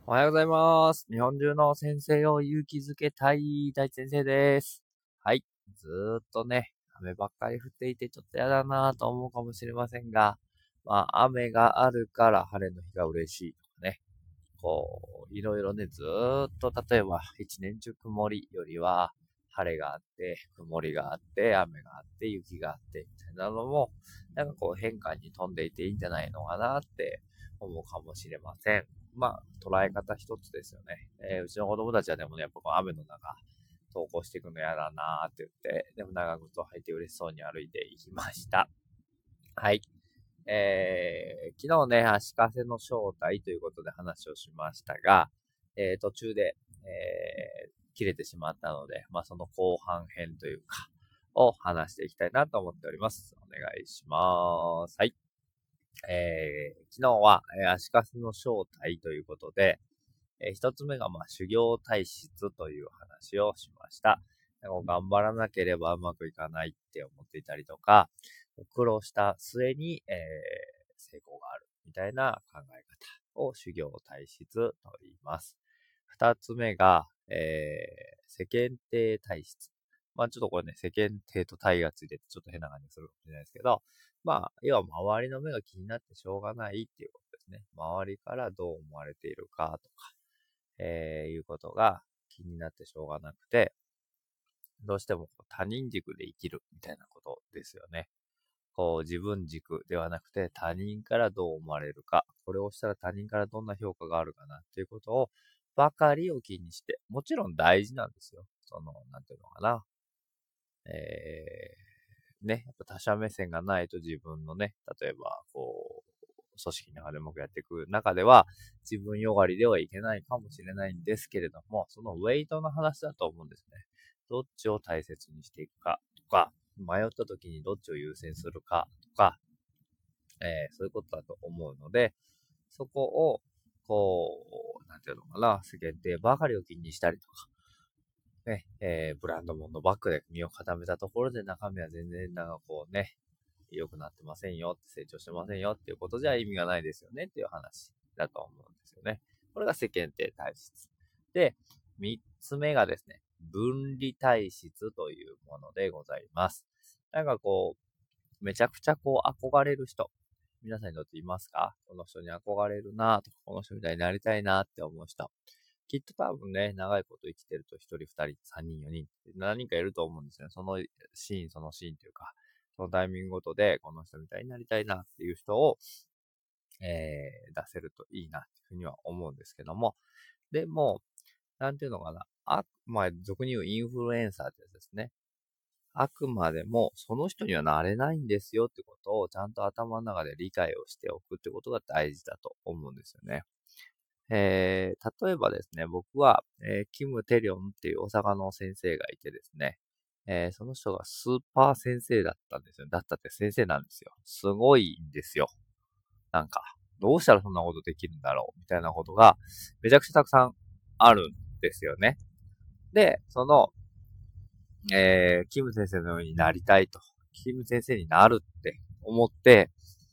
おはようございます。日本中の先生を勇気づけたい大地先生です。はい。ずーっとね、雨ばっかり降っていてちょっとやだなぁと思うかもしれませんが、雨があるから晴れの日が嬉しいとかね。いろいろね、ずーっと例えば一年中曇りよりは、晴れがあって、曇りがあって、雨があって、雪があって、みたいなのも、変化に富んでいていいんじゃないのかなって思うかもしれません。捉え方一つですよね。うちの子供たちはでもね、やっぱこの雨の中、登校していくの嫌だなーって言って、でも長靴を履いて嬉しそうに歩いていきました。はい。昨日ね、足かせの正体ということで話をしましたが、途中で、切れてしまったので、その後半編というか、を話していきたいなと思っております。お願いします。はい。昨日は、足かせの正体ということで、一つ目が、修行体質という話をしました。頑張らなければうまくいかないって思っていたりとか、苦労した末に、成功があるみたいな考え方を修行体質と言います。二つ目が、世間体体質。ちょっとこれね、世間体と体がついててちょっと変な感じするかもしれないですけど、要は周りの目が気になってしょうがないっていうことですね。周りからどう思われているかとか、いうことが気になってしょうがなくて、どうしても他人軸で生きるみたいなことですよね。自分軸ではなくて他人からどう思われるか、これをしたら他人からどんな評価があるかなっていうことをばかりを気にして、もちろん大事なんですよ。なんていうのかな。やっぱ他者目線がないと自分のね、例えば、組織の中でうまくやっていく中では、自分よがりではいけないかもしれないんですけれども、そのウェイトの話だと思うんですね。どっちを大切にしていくかとか、迷った時にどっちを優先するかとか、そういうことだと思うので、そこを、なんていうのかな、世間体ばかりを気にしたりとか、ね、ブランド物のバッグで身を固めたところで中身は全然良くなってませんよ、成長してませんよっていうことじゃ意味がないですよねっていう話だと思うんですよね。これが世間体体質。で、三つ目がですね、分離体質というものでございます。めちゃくちゃ憧れる人、皆さんにとっていますか？この人に憧れるなとか、この人みたいになりたいなって思う人。きっと多分ね、長いこと生きてると一人、二人、三人、四人、何人かいると思うんですよね。そのそのシーンというか、そのタイミングごとで、この人みたいになりたいなっていう人を、出せるといいなっていうふうには思うんですけども、でも、なんていうのかな、俗に言うインフルエンサーってやつですね。あくまでも、その人にはなれないんですよってことを、ちゃんと頭の中で理解をしておくってことが大事だと思うんですよね。例えばですね、僕は、キム・テリョンっていう大阪の先生がいてですね、その人がスーパー先生だったんですよ。だったって先生なんですよ。すごいんですよ。なんか、どうしたらそんなことできるんだろうみたいなことが、めちゃくちゃたくさんあるんですよね。で、キム先生のようになりたいと。キム先生になるって思って、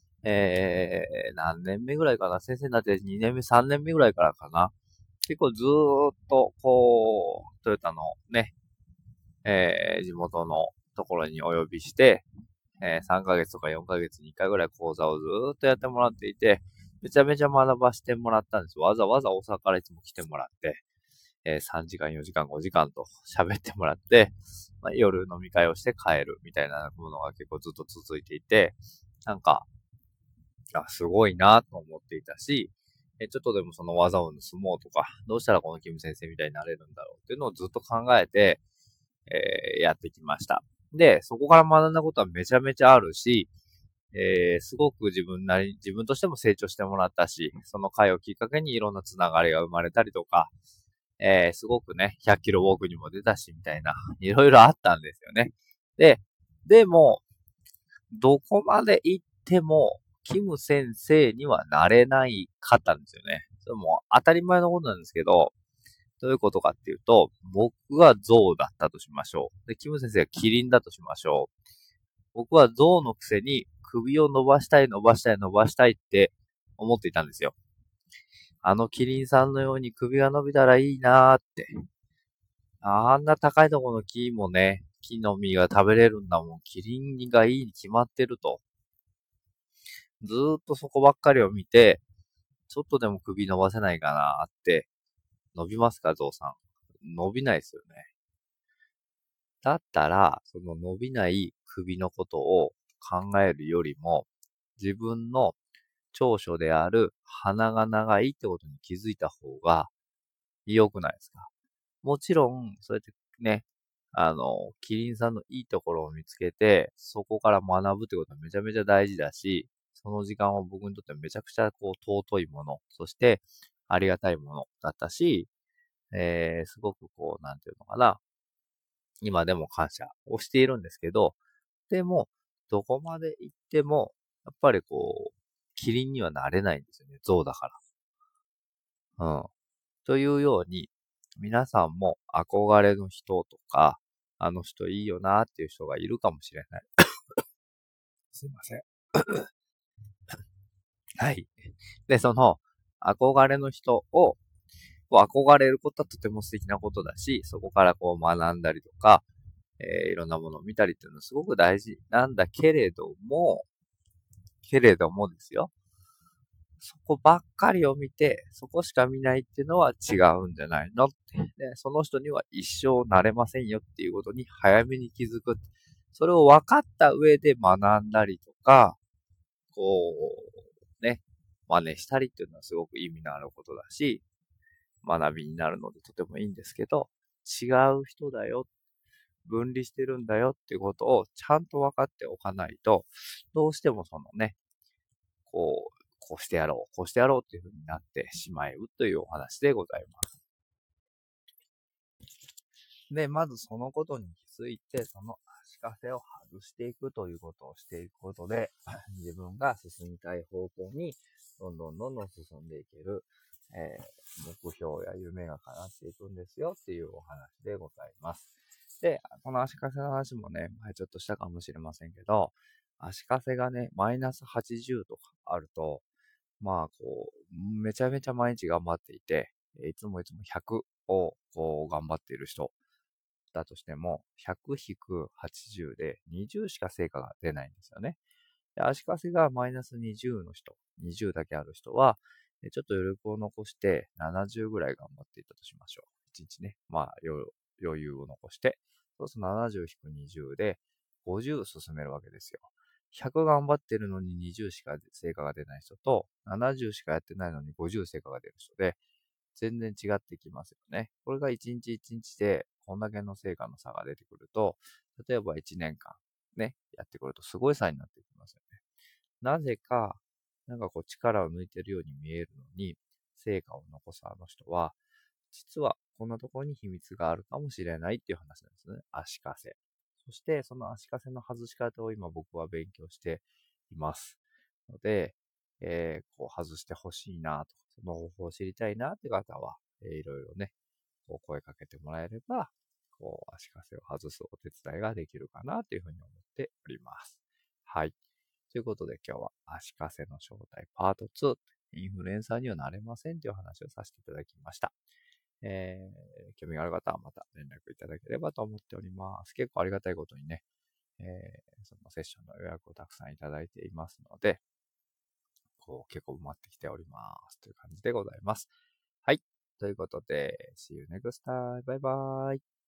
何年目ぐらいかな、先生になって2年目、3年目ぐらいからかな。結構ずーっと、トヨタのね、地元のところにお呼びして、3ヶ月とか4ヶ月に1回ぐらい講座をずーっとやってもらっていて、めちゃめちゃ学ばしてもらったんです。わざわざ大阪からいつも来てもらって、3時間、4時間、5時間と喋ってもらって、夜飲み会をして帰るみたいなものが結構ずっと続いていて、なんか、すごいなと思っていたし、ちょっとでもその技を盗もうとか、どうしたらこのキム先生みたいになれるんだろうっていうのをずっと考えて、やってきました。で、そこから学んだことはめちゃめちゃあるし、すごく自分としても成長してもらったし、その回をきっかけにいろんなつながりが生まれたりとか、すごくね、100キロウォークにも出たし、みたいな、いろいろあったんですよね。でも、どこまで行っても、キム先生にはなれないかったんですよね。それも当たり前のことなんですけど、どういうことかっていうと、僕が象だったとしましょう。で、キム先生がキリンだとしましょう。僕は象のくせに首を伸ばしたいって思っていたんですよ。 あのキリンさんのように首が伸びたらいいなーって。あんな高いところの木もね、木の実が食べれるんだもん。キリンがいいに決まってると。ずーっとそこばっかりを見て、ちょっとでも首伸ばせないかなーって。伸びますか、ゾウさん。伸びないですよね。だったら、その伸びない首のことを考えるよりも、自分の長所である鼻が長いってことに気づいた方が良くないですか？もちろん、そうやってね、キリンさんのいいところを見つけて、そこから学ぶってことはめちゃめちゃ大事だし、その時間は僕にとってめちゃくちゃ尊いもの、そしてありがたいものだったし、すごくなんていうのかな、今でも感謝をしているんですけど、でも、どこまで行っても、やっぱりキリンにはなれないんですよね、象だから。うん。というように、皆さんも憧れの人とか、あの人いいよなっていう人がいるかもしれない。すいません。はい。で、その、憧れの人を、憧れることはとても素敵なことだし、そこから学んだりとか、いろんなものを見たりっていうのはすごく大事なんだけれどもですよ。そこばっかりを見て、そこしか見ないっていうのは違うんじゃないのって。で、その人には一生なれませんよっていうことに早めに気づく。それを分かった上で学んだりとか、ね、真似したりっていうのはすごく意味のあることだし、学びになるのでとてもいいんですけど、違う人だよ、分離してるんだよっていうことをちゃんと分かっておかないと、どうしてもそのね、こうしてやろう、こうしてやろうっていう風になってしまうというお話でございます。で、まずそのことに気づいて、その足かせを外していくということをしていくことで、自分が進みたい方向にどんどん進んでいける、目標や夢が叶っていくんですよっていうお話でございます。で、この足かせの話もね、前ちょっとしたかもしれませんけど、足かせがね、マイナス80とかあると、めちゃめちゃ毎日頑張っていて、いつも100を頑張っている人だとしても、100-80で20しか成果が出ないんですよね。で、足かせがマイナス20の人、20だけある人は、ちょっと余力を残して70ぐらい頑張っていったとしましょう。1日ね。余裕を残して。そうすると70-20で50進めるわけですよ。100頑張ってるのに20しか成果が出ない人と、70しかやってないのに50成果が出る人で、全然違ってきますよね。これが一日一日でこんだけの成果の差が出てくると、例えば1年間ね、やってくるとすごい差になってきますよね。なぜか、力を抜いてるように見えるのに、成果を残すあの人は、実はこんなところに秘密があるかもしれないっていう話なんですね。足かせ。そしてその足かせの外し方を今僕は勉強しています。ので、外してほしいなと、その方法を知りたいなって方は、いろいろね、声かけてもらえれば、足かせを外すお手伝いができるかなというふうに思っております。はい。ということで今日は足かせの正体パート2、インフルエンサーにはなれませんという話をさせていただきました。興味がある方はまた連絡いただければと思っております。結構ありがたいことにね、そのセッションの予約をたくさんいただいていますので、結構埋まってきておりますという感じでございます。はい。ということで、See you next time. バイバイ。